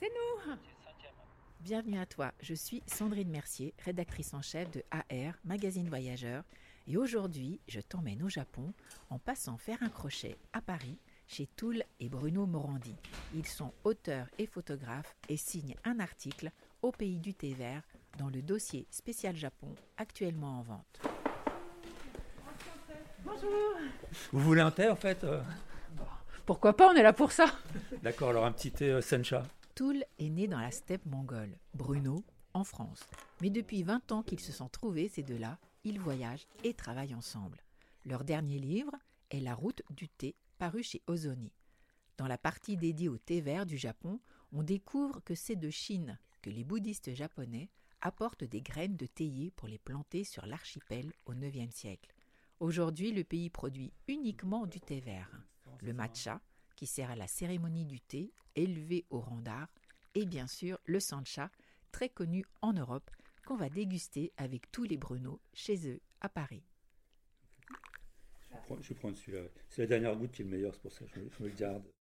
C'est nous. Bienvenue à toi, je suis Sandrine Mercier, rédactrice en chef de AR, magazine voyageur, et aujourd'hui je t'emmène au Japon en passant faire un crochet à Paris chez Toul et Bruno Morandi. Ils sont auteurs et photographes et signent un article au pays du thé vert dans le dossier spécial Japon actuellement en vente. Bonjour. Vous voulez un thé en fait Pourquoi pas, on est là pour ça. D'accord, alors un petit thé sencha. Toul est né dans la steppe mongole, Bruno en France. Mais depuis 20 ans qu'ils se sont trouvés, ces deux-là, ils voyagent et travaillent ensemble. Leur dernier livre est La route du thé, paru chez Ozoni. Dans la partie dédiée au thé vert du Japon, on découvre que c'est de Chine que les bouddhistes japonais apportent des graines de théier pour les planter sur l'archipel au IXe siècle. Aujourd'hui, le pays produit uniquement du thé vert. Le matcha, qui sert à la cérémonie du thé, élevé au rang d'art, et bien sûr le sancha, très connu en Europe, qu'on va déguster avec tous les Bruno chez eux à Paris. Je vais prendre celui-là. C'est la dernière goutte qui est le meilleur, c'est pour ça que je me le garde.